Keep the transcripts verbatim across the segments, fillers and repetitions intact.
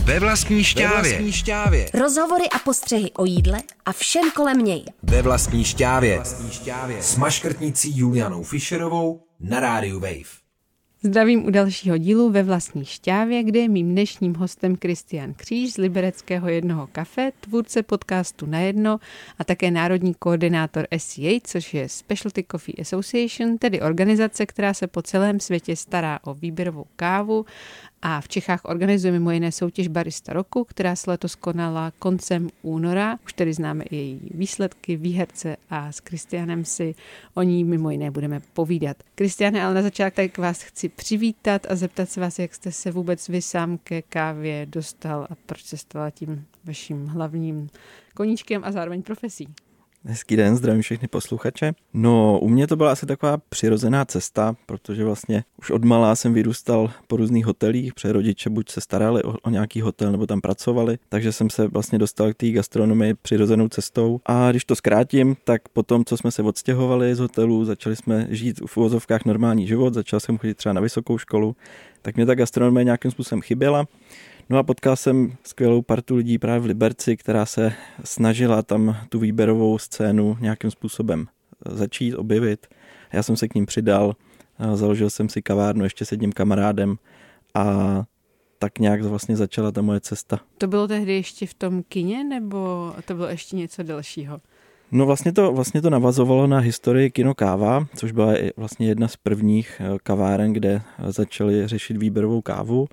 Ve vlastní šťávě. Ve vlastní šťávě. Rozhovory a postřehy o jídle a všem kolem něj. Ve vlastní šťávě. S maškrtnicí Julianou Fischerovou na rádiu Wave. Zdravím u dalšího dílu Ve vlastní šťávě, kde je mým dnešním hostem Kristián Kříž z libereckého Jednoho kafe, tvůrce podcastu Na jedno a také národní koordinátor S C A, což je Specialty Coffee Association, tedy organizace, která se po celém světě stará o výběrovou kávu. A v Čechách organizuje mimo jiné soutěž Barista roku, která se letos konala koncem února. Už tedy známe i její výsledky, výherce a s Kristiánem si o ní mimo jiné budeme povídat. Kristiáne, ale na začátek vás chci přivítat a zeptat se vás, jak jste se vůbec vy sám ke kávě dostal a proč se stala tím vaším hlavním koníčkem a zároveň profesí. Hezký den, zdravím všechny posluchače. No, u mě to byla asi taková přirozená cesta, protože vlastně už od malá jsem vyrůstal po různých hotelích, protože rodiče buď se starali o, o nějaký hotel, nebo tam pracovali, takže jsem se vlastně dostal k té gastronomii přirozenou cestou. A když to zkrátím, tak potom, co jsme se odstěhovali z hotelu, začali jsme žít v uvozovkách normální život, začal jsem chodit třeba na vysokou školu, tak mě ta gastronomie nějakým způsobem chyběla. No a potkal jsem skvělou partu lidí právě v Liberci, která se snažila tam tu výběrovou scénu nějakým způsobem začít, objevit. Já jsem se k ním přidal, založil jsem si kavárnu ještě s jedním kamarádem a tak nějak vlastně začala ta moje cesta. To bylo tehdy ještě v tom kině, nebo to bylo ještě něco dalšího? No vlastně to, vlastně to navazovalo na historii Kino Káva, což byla vlastně jedna z prvních kaváren, kde začali řešit výběrovou kávu.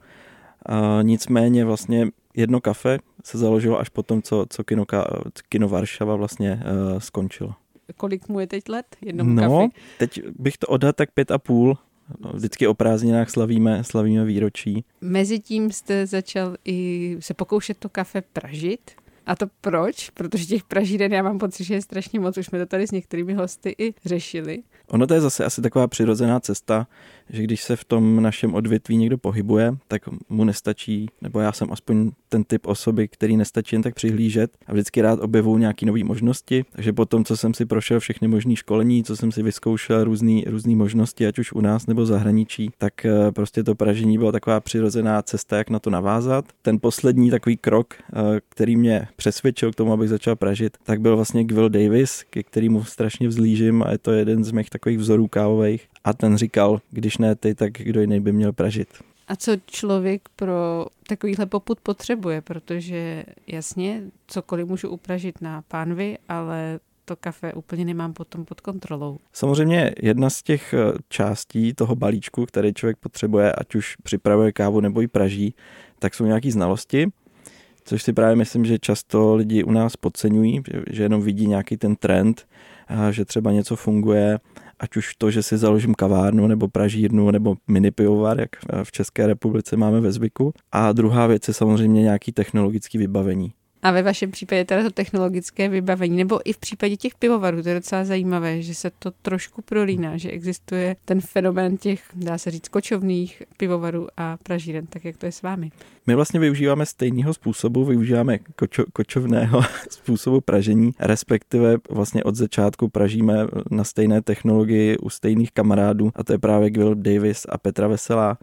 A nicméně vlastně Jedno kafe se založilo až potom, co, co kino, kino Varšava vlastně uh, skončilo. Kolik mu je teď let jednomu no, kafi? Teď bych to odhadl tak pět a půl. Vždycky o prázdninách slavíme, slavíme výročí. Mezitím jste začal i se pokoušet to kafe pražit. A to proč? Protože těch pražíren já mám pocit, že je strašně moc. Už jsme to tady s některými hosty i řešili. Ono to je zase asi taková přirozená cesta, že když se v tom našem odvětví někdo pohybuje, tak mu nestačí, nebo já jsem aspoň ten typ osoby, který nestačí jen tak přihlížet a vždycky rád objevuju nějaké nové možnosti. Takže potom, co jsem si prošel všechny možný školení, co jsem si vyzkoušel různý, různý možnosti, ať už u nás nebo v zahraničí, tak prostě to pražení bylo taková přirozená cesta, jak na to navázat. Ten poslední takový krok, který mě přesvědčil k tomu, abych začal pražit, tak byl vlastně Will Davis, ke kterému strašně vzlížím a je to jeden z mých takových vzorů kávových. A ten říkal, když ne ty, tak kdo jiný by měl pražit. A co člověk pro takovýhle popud potřebuje, protože jasně, cokoliv můžu upražit na pánvi, ale to kafe úplně nemám potom pod kontrolou. Samozřejmě jedna z těch částí toho balíčku, který člověk potřebuje, ať už připravuje kávu nebo ji praží, tak jsou nějaké znalosti, což si právě myslím, že často lidi u nás podceňují, že jenom vidí nějaký ten trend, že třeba něco funguje, ať už to, že si založím kavárnu nebo pražírnu nebo mini pivovar, jak v České republice máme ve zvyku. A druhá věc je samozřejmě nějaký technologický vybavení. A ve vašem případě teda to technologické vybavení, nebo i v případě těch pivovarů, to je docela zajímavé, že se to trošku prolíná, že existuje ten fenomén těch, dá se říct, kočovných pivovarů a pražíren, tak jak to je s vámi. My vlastně využíváme stejného způsobu, využíváme kočo, kočovného způsobu pražení, respektive vlastně od začátku pražíme na stejné technologii u stejných kamarádů, a to je právě Will Davis a Petra Veselá,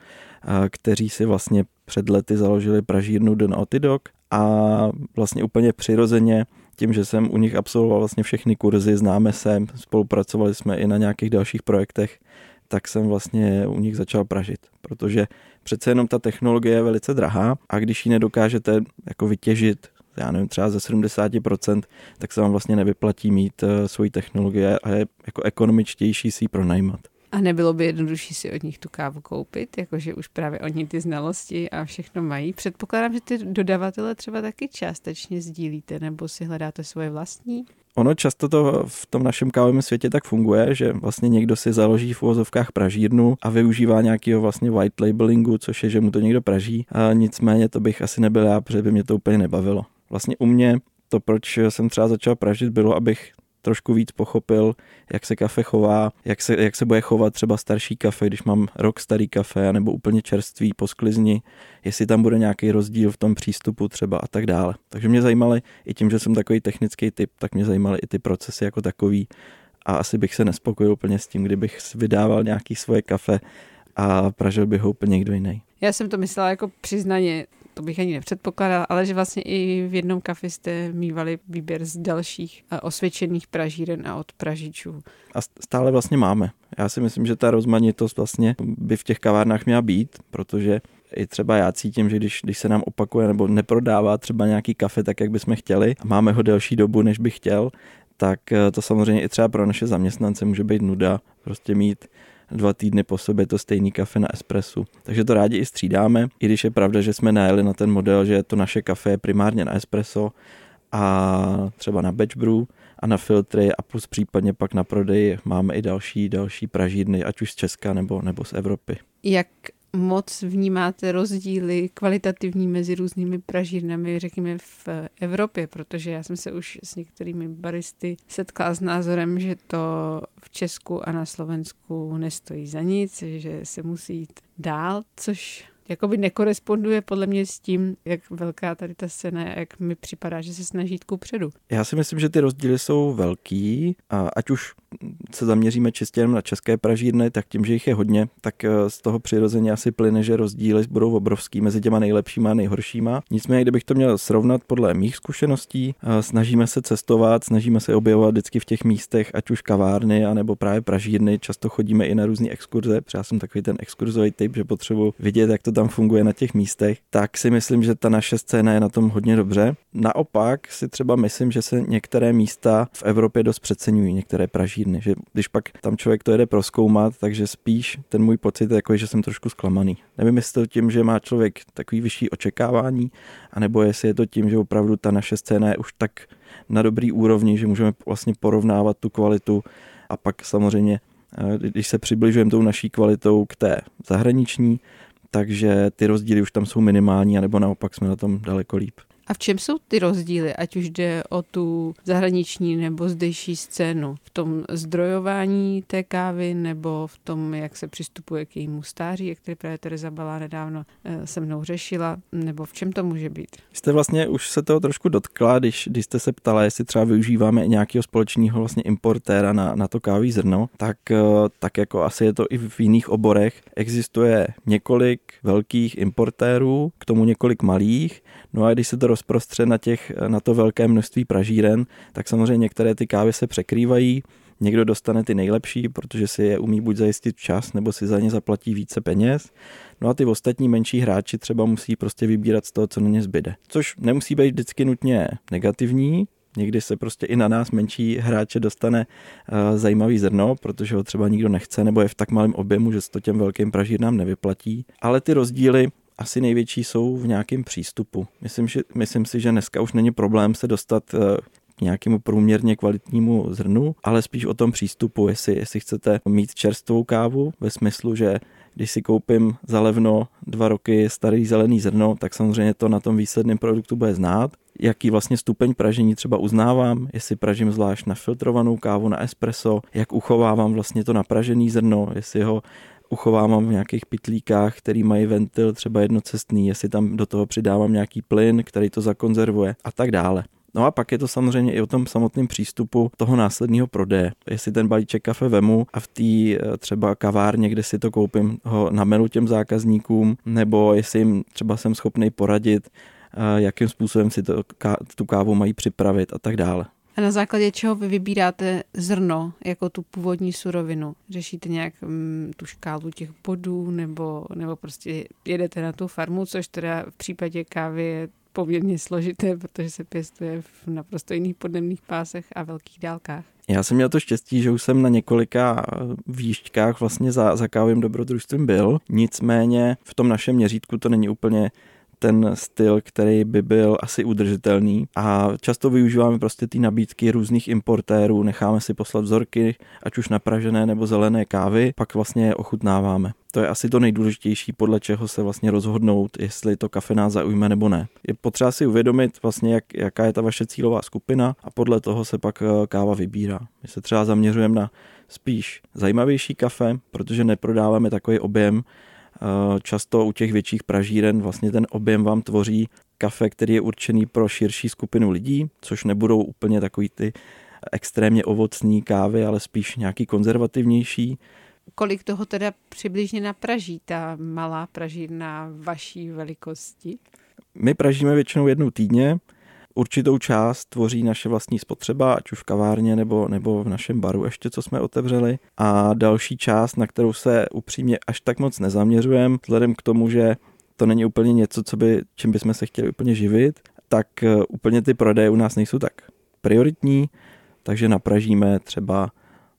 kteří si vlastně před lety založili pražírnu The Naughty Dog a vlastně úplně přirozeně tím, že jsem u nich absolvoval vlastně všechny kurzy, známe se, spolupracovali jsme i na nějakých dalších projektech, tak jsem vlastně u nich začal pražit, protože přece jenom ta technologie je velice drahá a když ji nedokážete jako vytěžit, já nevím, třeba ze sedmdesát procent, tak se vám vlastně nevyplatí mít svoji technologie a je jako ekonomičtější si ji pronajímat. A nebylo by jednodušší si od nich tu kávu koupit, jakože už právě oni ty znalosti a všechno mají. Předpokládám, že ty dodavatele třeba taky částečně sdílíte, nebo si hledáte svoje vlastní? Ono často to v tom našem kávovém světě tak funguje, že vlastně někdo si založí v uvozovkách pražírnu a využívá nějakého vlastně white labelingu, což je, že mu to někdo praží. A nicméně to bych asi nebyl já, protože by mě to úplně nebavilo. Vlastně u mě to, proč jsem třeba začal pražit, bylo, abych trošku víc pochopil, jak se kafe chová, jak se, jak se bude chovat třeba starší kafe, když mám rok starý kafe, nebo úplně čerstvý po sklizni, jestli tam bude nějaký rozdíl v tom přístupu třeba a tak dále. Takže mě zajímaly, i tím, že jsem takový technický typ, tak mě zajímaly i ty procesy jako takový a asi bych se nespokojil úplně s tím, kdybych vydával nějaký svoje kafe a pražil bych ho úplně někdo jiný. Já jsem to myslela jako přiznaně to bych ani nepředpokládala, ale že vlastně i v jednom kafe jste mívali výběr z dalších osvědčených pražíren a od pražičů. A stále vlastně máme. Já si myslím, že ta rozmanitost vlastně by v těch kavárnách měla být, protože i třeba já cítím, že když, když se nám opakuje nebo neprodává třeba nějaký kafe tak, jak bychom chtěli a máme ho delší dobu, než bych chtěl, tak to samozřejmě i třeba pro naše zaměstnance může být nuda prostě mít dva týdny po sobě to stejný kafe na espresso. Takže to rádi i střídáme, i když je pravda, že jsme najeli na ten model, že to naše kafe je primárně na espresso a třeba na batch brew a na filtry a plus případně pak na prodej máme i další, další pražírny, ať už z Česka nebo, nebo z Evropy. Jak moc vnímáte rozdíly kvalitativní mezi různými pražírnami, řekněme v Evropě, protože já jsem se už s některými baristy setkala s názorem, že to v Česku a na Slovensku nestojí za nic, že se musí jít dál, což jakoby nekoresponduje podle mě s tím, jak velká tady ta scéna je, jak mi připadá, že se snaží jít kupředu. Já si myslím, že ty rozdíly jsou velký a ať už se zaměříme čistě jen na české pražírny, tak tím, že jich je hodně, tak z toho přirozeně asi plyne, že rozdíly budou obrovský mezi těma nejlepšíma a nejhoršíma. Nicméně, kdybych to měl srovnat podle mých zkušeností, snažíme se cestovat, snažíme se objevovat vždycky v těch místech, ať už kavárny, anebo právě pražírny, často chodíme i na různé exkurze, protože já jsem takový ten exkurzový typ, že potřebuji vidět, jak to tam funguje na těch místech, tak si myslím, že ta naše scéna je na tom hodně dobře. Naopak si třeba myslím, že se některé místa v Evropě dost přeceňují, některé pražírny, že když pak tam člověk to jede prozkoumat, takže spíš ten můj pocit je jako, že jsem trošku zklamaný. Nevím, jestli to tím, že má člověk takový vyšší očekávání, anebo jestli je to tím, že opravdu ta naše scéna je už tak na dobrý úrovni, že můžeme vlastně porovnávat tu kvalitu a pak samozřejmě, když se přibližujeme tou naší kvalitou k té zahraniční, takže ty rozdíly už tam jsou minimální, anebo naopak jsme na tom daleko líp. A v čem jsou ty rozdíly, ať už jde o tu zahraniční nebo zdejší scénu? V tom zdrojování té kávy nebo v tom, jak se přistupuje k jejímu stáří, jak tady právě Tereza Balá nedávno se mnou řešila, nebo v čem to může být? Jste vlastně už se toho trošku dotkla, když, když jste se ptala, jestli třeba využíváme nějakého společného vlastně importéra na, na to kávové zrno, tak, tak jako asi je to i v jiných oborech. Existuje několik velkých importérů, k tomu několik malých, no a když se to rozprostře na, těch, na to velké množství pražíren, tak samozřejmě některé ty kávy se překrývají, někdo dostane ty nejlepší, protože si je umí buď zajistit čas, nebo si za ně zaplatí více peněz. No a ty ostatní menší hráči třeba musí prostě vybírat z toho, co na ně zbyde. Což nemusí být vždycky nutně negativní, někdy se prostě i na nás menší hráče dostane uh, zajímavý zrno, protože ho třeba nikdo nechce, nebo je v tak malém objemu, že se to těm velkým pražírnám nevyplatí. Ale ty rozdíly asi největší jsou v nějakém přístupu. Myslím, že, myslím si, že dneska už není problém se dostat k nějakému průměrně kvalitnímu zrnu, ale spíš o tom přístupu, jestli, jestli chcete mít čerstvou kávu, ve smyslu, že když si koupím za levno dva roky starý zelený zrno, tak samozřejmě to na tom výsledném produktu bude znát. Jaký vlastně stupeň pražení třeba uznávám, jestli pražím zvlášť na filtrovanou kávu, na espresso, jak uchovávám vlastně to napražený zrno, jestli ho uchovávám v nějakých pytlíkách, který mají ventil třeba jednocestný, jestli tam do toho přidávám nějaký plyn, který to zakonzervuje a tak dále. No a pak je to samozřejmě i o tom samotném přístupu toho následného prodeje. Jestli ten balíček kafe vemu a v té třeba kavárně, kde si to koupím, ho namelu těm zákazníkům, nebo jestli jim třeba jsem schopný poradit, jakým způsobem si to, tu kávu mají připravit a tak dále. A na základě čeho vy vybíráte zrno jako tu původní surovinu? Řešíte nějak mm, tu škálu těch bodů nebo, nebo prostě jedete na tu farmu, což teda v případě kávy je poměrně složité, protože se pěstuje v naprosto jiných podnebných pásech a velkých dálkách. Já jsem měl to štěstí, že už jsem na několika výšťkách vlastně za, za kávovým dobrodružstvím byl, nicméně v tom našem měřítku to není úplně ten styl, který by byl asi udržitelný a často využíváme prostě ty nabídky různých importérů, necháme si poslat vzorky, ať už napražené nebo zelené kávy, pak vlastně je ochutnáváme. To je asi to nejdůležitější, podle čeho se vlastně rozhodnout, jestli to kafe nás zaujme nebo ne. Je potřeba si uvědomit vlastně, jak, jaká je ta vaše cílová skupina a podle toho se pak káva vybírá. My se třeba zaměřujeme na spíš zajímavější kafe, protože neprodáváme takový objem. Často u těch větších pražíren vlastně ten objem vám tvoří kafe, který je určený pro širší skupinu lidí, což nebudou úplně takový ty extrémně ovocní kávy, ale spíš nějaký konzervativnější. Kolik toho teda přibližně napraží ta malá pražírna vaší velikosti? My pražíme většinou jednou týdně, určitou část tvoří naše vlastní spotřeba, ať už v kavárně nebo, nebo v našem baru ještě, co jsme otevřeli. A další část, na kterou se upřímně až tak moc nezaměřujeme, vzhledem k tomu, že to není úplně něco, co by, čím bychom se chtěli úplně živit, tak úplně ty prodeje u nás nejsou tak prioritní, takže napražíme třeba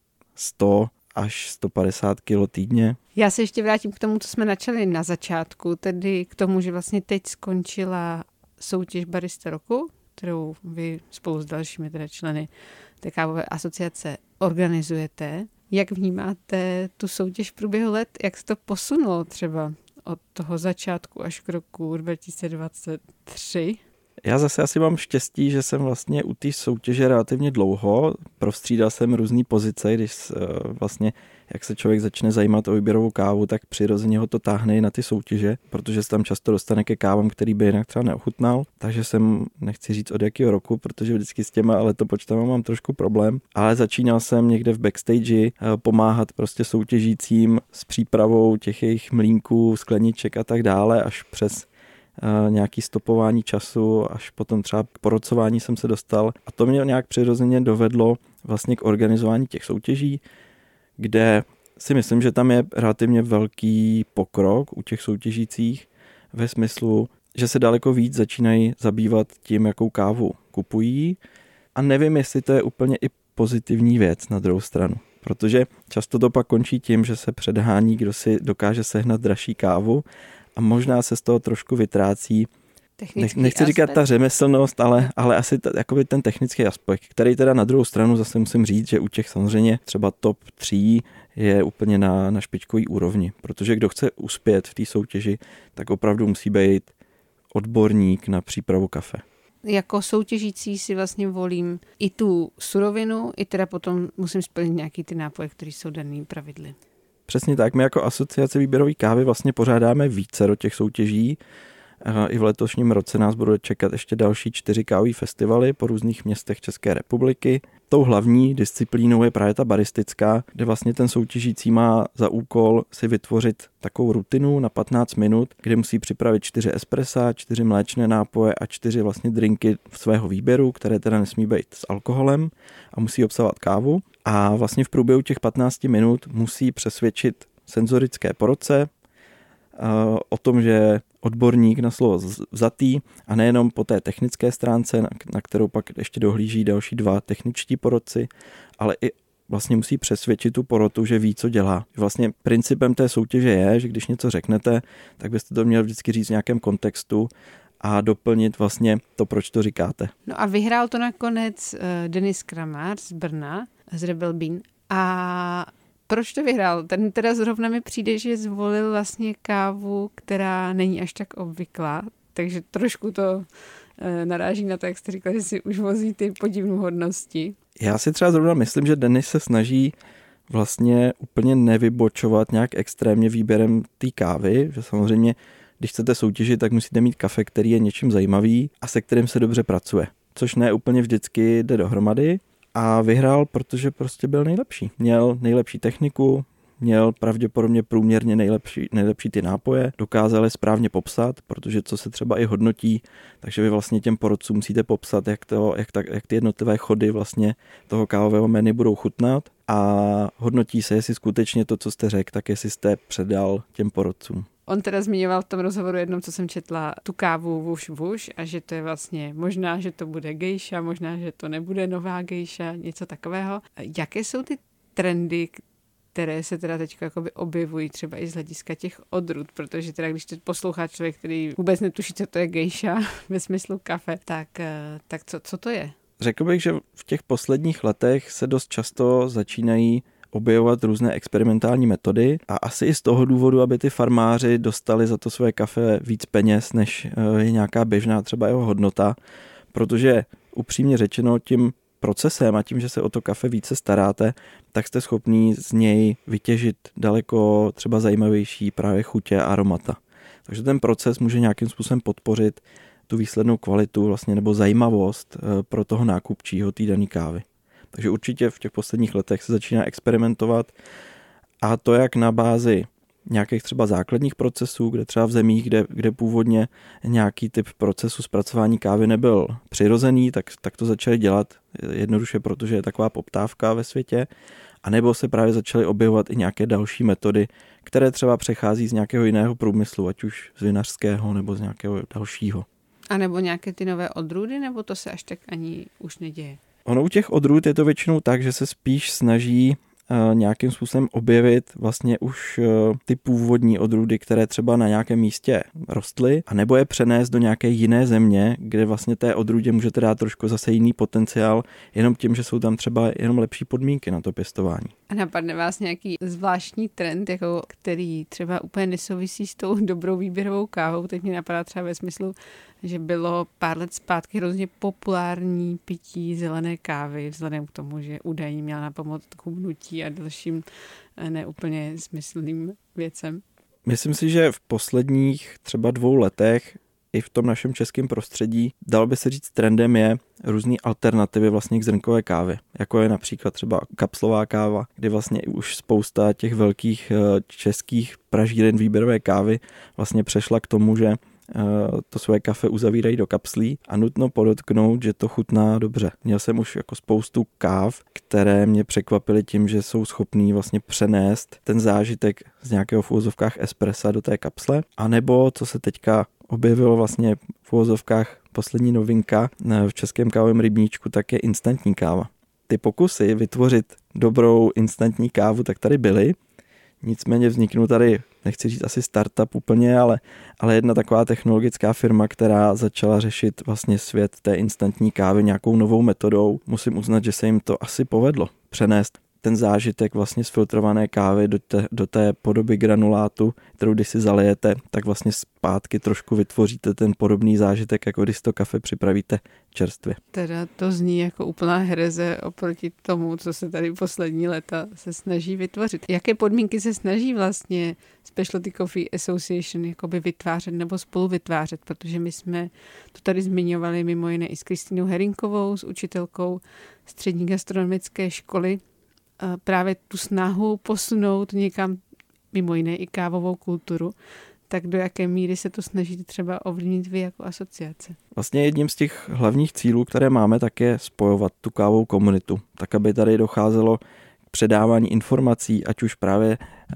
sto až sto padesát kilo týdně. Já se ještě vrátím k tomu, co jsme načali na začátku, tedy k tomu, že vlastně teď skončila soutěž Barista roku, kterou vy spolu s dalšími teda členy té kávové asociace organizujete. Jak vnímáte tu soutěž v průběhu let? Jak se to posunulo třeba od toho začátku až k roku dva tisíce dvacet tři? Já zase asi mám štěstí, že jsem vlastně u té soutěže relativně dlouho. Prostřídal jsem různý pozice, když vlastně, jak se člověk začne zajímat o výběrovou kávu, tak přirozeně ho to táhne i na ty soutěže, protože se tam často dostane ke kávám, který by jinak třeba neochutnal. Takže jsem, nechci říct od jakého roku, protože vždycky s těma letopočtama mám trošku problém, ale začínal jsem někde v backstage pomáhat prostě soutěžícím s přípravou těch jejich mlýnků, skleniček a tak dále, až přes nějaký stopování času, až potom třeba k porocování jsem se dostal. A to mě nějak přirozeně dovedlo vlastně k organizování těch soutěží, kde si myslím, že tam je relativně velký pokrok u těch soutěžících ve smyslu, že se daleko víc začínají zabývat tím, jakou kávu kupují. A nevím, jestli to je úplně i pozitivní věc na druhou stranu. Protože často to pak končí tím, že se předhání, kdo si dokáže sehnat dražší kávu, a možná se z toho trošku vytrácí, technický nechci aspekt. Říkat ta řemeslnost, ale, ale asi ta, jakoby ten technický aspekt, který teda na druhou stranu zase musím říct, že u těch samozřejmě třeba top tři je úplně na, na špičkový úrovni, protože kdo chce uspět v té soutěži, tak opravdu musí být odborník na přípravu kafe. Jako soutěžící si vlastně volím i tu surovinu, i teda potom musím splnit nějaký ty nápoje, které jsou daný pravidly. Přesně tak, my jako asociace výběrové kávy vlastně pořádáme více do těch soutěží. I v letošním roce nás budou čekat ještě další čtyři kávové festivaly po různých městech České republiky. Tou hlavní disciplínou je právě ta baristická, kde vlastně ten soutěžící má za úkol si vytvořit takovou rutinu na patnáct minut, kde musí připravit čtyři espressa, čtyři mléčné nápoje a čtyři vlastně drinky svého výběru, které teda nesmí být s alkoholem a musí obsahovat kávu. A vlastně v průběhu těch patnácti minut musí přesvědčit senzorické porodce o tom, že odborník na slovo vzatý a nejenom po té technické stránce, na kterou pak ještě dohlíží další dva techničtí porodci, ale i vlastně musí přesvědčit tu porotu, že ví, co dělá. Vlastně principem té soutěže je, že když něco řeknete, tak byste to měl vždycky říct v nějakém kontextu a doplnit vlastně to, proč to říkáte. No a vyhrál to nakonec uh, Denis Kramár z Brna, z Rebel Bean. A proč to vyhrál? Ten teda zrovna mi přijde, že zvolil vlastně kávu, která není až tak obvyklá, takže trošku to uh, naráží na to, jak jste říkal, že si už vozí ty podivnuhodnosti. Já si třeba zrovna myslím, že Denis se snaží vlastně úplně nevybočovat nějak extrémně výběrem té kávy, že samozřejmě když chcete soutěžit, tak musíte mít kafe, který je něčím zajímavý a se kterým se dobře pracuje. Což ne úplně vždycky jde dohromady. A vyhrál, protože prostě byl nejlepší. Měl nejlepší techniku, měl pravděpodobně průměrně nejlepší, nejlepší ty nápoje, dokázal je správně popsat, protože co se třeba i hodnotí, takže vy vlastně těm porodcům musíte popsat, jak, to, jak, ta, jak ty jednotlivé chody vlastně toho kávového menu budou chutnat a hodnotí se, jestli skutečně to, co jste řekl, tak jestli jste předal těm porodcům. On teda zmiňoval v tom rozhovoru jednom, co jsem četla, tu kávu Vuš Vuš a že to je vlastně možná, že to bude gejša, možná, že to nebude nová gejša, něco takového. Jaké jsou ty trendy, které se teda teď jakoby objevují třeba i z hlediska těch odrůd, protože teda když teď poslouchá člověk, který vůbec netuší, co to je gejša ve smyslu kafe, tak, tak co, co to je? Řekl bych, že v těch posledních letech se dost často začínají objevovat různé experimentální metody a asi i z toho důvodu, aby ty farmáři dostali za to své kafe víc peněz, než je nějaká běžná třeba jeho hodnota, protože upřímně řečeno tím procesem a tím, že se o to kafe více staráte, tak jste schopní z něj vytěžit daleko třeba zajímavější právě chutě a aromata. Takže ten proces může nějakým způsobem podpořit tu výslednou kvalitu vlastně nebo zajímavost pro toho nákupčího té dané kávy. Takže určitě v těch posledních letech se začíná experimentovat a to jak na bázi nějakých třeba základních procesů, kde třeba v zemích, kde, kde původně nějaký typ procesu zpracování kávy nebyl přirozený, tak, tak to začali dělat jednoduše, protože je taková poptávka ve světě. A nebo se právě začaly objevovat i nějaké další metody, které třeba přechází z nějakého jiného průmyslu, ať už z vinařského nebo z nějakého dalšího. A nebo nějaké ty nové odrůdy, nebo to se až tak ani už neděje? Ono u těch odrůd je to většinou tak, že se spíš snaží uh, nějakým způsobem objevit vlastně už uh, ty původní odrůdy, které třeba na nějakém místě rostly, a nebo je přenést do nějaké jiné země, kde vlastně té odrůdě můžete dát trošku zase jiný potenciál, jenom tím, že jsou tam třeba jenom lepší podmínky na to pěstování. A napadne vás nějaký zvláštní trend, jako který třeba úplně nesouvisí s tou dobrou výběrovou kávou? Teď mi napadá třeba ve smyslu, že bylo pár let zpátky hrozně populární pití zelené kávy, vzhledem k tomu, že údajně měla napomoct k hubnutí a dalším neúplně smyslným věcem. Myslím si, že v posledních třeba dvou letech i v tom našem českém prostředí, dalo by se říct, trendem je různé alternativy vlastně k zrnkové kávě, jako je například třeba kapslová káva, kdy vlastně už spousta těch velkých českých pražíren výběrové kávy vlastně přešla k tomu, že to svoje kafe uzavírají do kapslí, a nutno podotknout, že to chutná dobře. Měl jsem už jako spoustu káv, které mě překvapily tím, že jsou schopný vlastně přenést ten zážitek z nějakého v uvozovkách espressa do té kapsle, anebo co se teďka objevilo vlastně v uvozovkách poslední novinka v českém kávovém rybníčku, tak je instantní káva. Ty pokusy vytvořit dobrou instantní kávu tak tady byly, nicméně vzniknul tady, nechci říct asi startup úplně, ale, ale jedna taková technologická firma, která začala řešit vlastně svět té instantní kávy nějakou novou metodou. Musím uznat, že se jim to asi povedlo přenést ten zážitek vlastně z filtrované kávy do té, do té podoby granulátu, kterou když si zalijete, tak vlastně zpátky trošku vytvoříte ten podobný zážitek, jako když to kafe připravíte čerstvě. Teda to zní jako úplná hereze oproti tomu, co se tady poslední léta se snaží vytvořit. Jaké podmínky se snaží vlastně Specialty Coffee Association jakoby vytvářet nebo spolu vytvářet, protože my jsme to tady zmiňovali mimo jiné i s Kristýnou Herinkovou, s učitelkou střední gastronomické školy, právě tu snahu posunout někam mimo jiné i kávovou kulturu, tak do jaké míry se to snažíte třeba ovlivnit vy jako asociace? Vlastně jedním z těch hlavních cílů, které máme, tak je spojovat tu kávovou komunitu, tak aby tady docházelo k předávání informací, ať už právě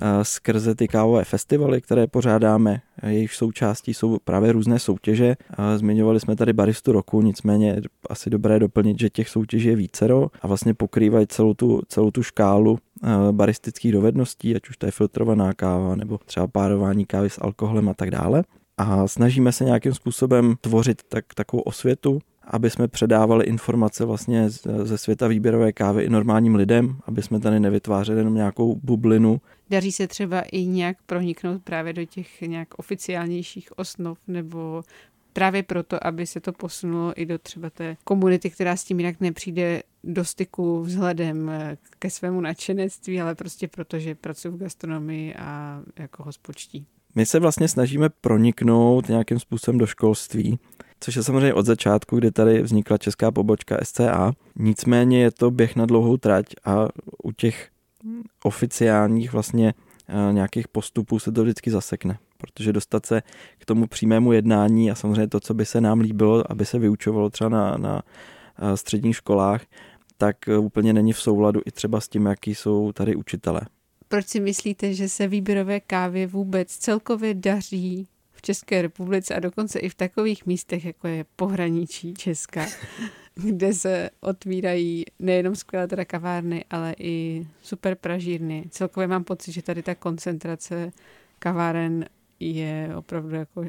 skrze ty kávové festivaly, které pořádáme. Jejich součástí jsou právě různé soutěže. Zmiňovali jsme tady baristu roku, nicméně asi dobré doplnit, že těch soutěží je vícero a vlastně pokrývají celou tu, celou tu škálu baristických dovedností, ať už to je filtrovaná káva nebo třeba párování kávy s alkoholem a tak dále. A snažíme se nějakým způsobem tvořit tak, takovou osvětu, aby jsme předávali informace vlastně ze světa výběrové kávy i normálním lidem, aby jsme tady nevytvářeli jenom nějakou bublinu. Daří se třeba i nějak proniknout právě do těch nějak oficiálnějších osnov, nebo právě proto, aby se to posunulo i do třeba té komunity, která s tím jinak nepřijde do styku vzhledem ke svému nadšenectví, ale prostě proto, že pracuji v gastronomii a jako hospodští. My se vlastně snažíme proniknout nějakým způsobem do školství, což je samozřejmě od začátku, kdy tady vznikla česká pobočka S C A. Nicméně je to běh na dlouhou trať a u těch oficiálních vlastně nějakých postupů se to vždycky zasekne, protože dostat se k tomu přímému jednání a samozřejmě to, co by se nám líbilo, aby se vyučovalo třeba na, na středních školách, tak úplně není v souladu i třeba s tím, jaký jsou tady učitelé. Proč si myslíte, že se výběrové kávě vůbec celkově daří v České republice a dokonce i v takových místech, jako je pohraničí Česka, kde se otvírají nejenom skvělé teda kavárny, ale i super pražírny. Celkově mám pocit, že tady ta koncentrace kaváren je opravdu jako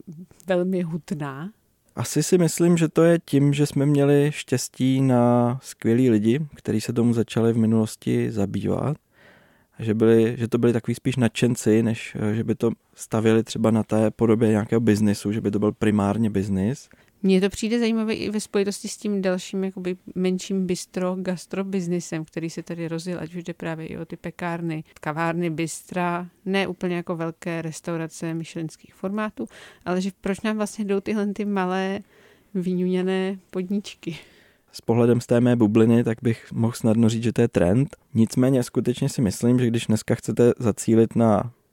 velmi hutná. Asi si myslím, že to je tím, že jsme měli štěstí na skvělý lidi, kteří se tomu začali v minulosti zabývat. Že, byli, že to byli takový spíš nadšenci, než že by to stavěli třeba na té podobě nějakého biznisu, že by to byl primárně biznis. Mně to přijde zajímavé i ve spojitosti s tím dalším jakoby menším bistro gastrobiznisem, který se tady rozjel, ať už jde právě i o ty pekárny, kavárny, bistra, ne úplně jako velké restaurace michelinských formátů, ale že proč nám vlastně jdou tyhle ty malé vyňuněné podničky. S pohledem z té mé bubliny, tak bych mohl snadno říct, že to je trend. Nicméně skutečně si myslím, že když dneska chcete zacílit na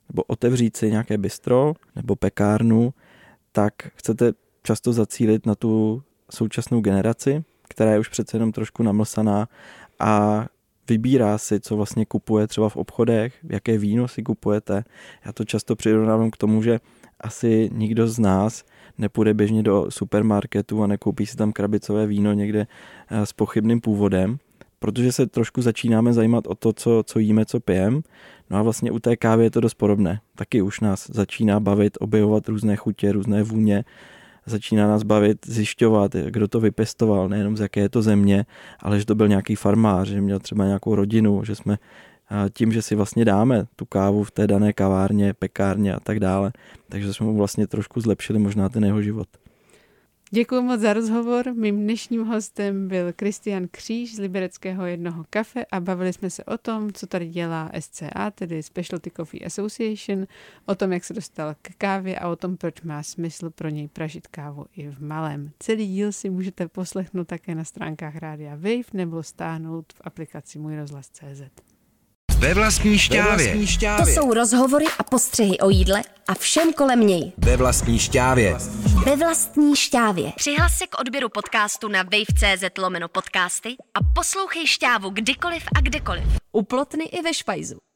nebo otevřít si nějaké bistro nebo pekárnu, tak chcete často zacílit na tu současnou generaci, která je už přece jenom trošku namlsaná a vybírá si, co vlastně kupuje třeba v obchodech, jaké víno si kupujete. Já to často přirovnávám k tomu, že asi nikdo z nás nepůjde běžně do supermarketu a nekoupí si tam krabicové víno někde s pochybným původem, protože se trošku začínáme zajímat o to, co, co jíme, co pijeme. No a vlastně u té kávy je to dost podobné. Taky už nás začíná bavit, objevovat různé chutě, různé vůně. Začíná nás bavit, zjišťovat, kdo to vypěstoval, nejenom z jaké je to země, ale že to byl nějaký farmář, že měl třeba nějakou rodinu, že jsme tím, že si vlastně dáme tu kávu v té dané kavárně, pekárně a tak dále, takže jsme mu vlastně trošku zlepšili možná ten jeho život. Děkuji moc za rozhovor. Mým dnešním hostem byl Kristián Kříž z libereckého Jednoho kafe a bavili jsme se o tom, co tady dělá S C A, tedy Specialty Coffee Association, o tom, jak se dostal k kávě a o tom, proč má smysl pro něj pražit kávu i v malém. Celý díl si můžete poslechnout také na stránkách Rádia Wave nebo stáhnout v aplikaci Můj rozhlas tečka cé zet. Ve vlastní štávě. To jsou rozhovory a postřehy o jídle a všem kolem něj. Ve vlastní štávě. Ve vlastní štávě. Přihlas se k odběru podcastu na wave tečka cé zet lomeno podcasty a poslouchej Šťávu kdykoliv a kdekoliv. U Plotny i ve Špajzu.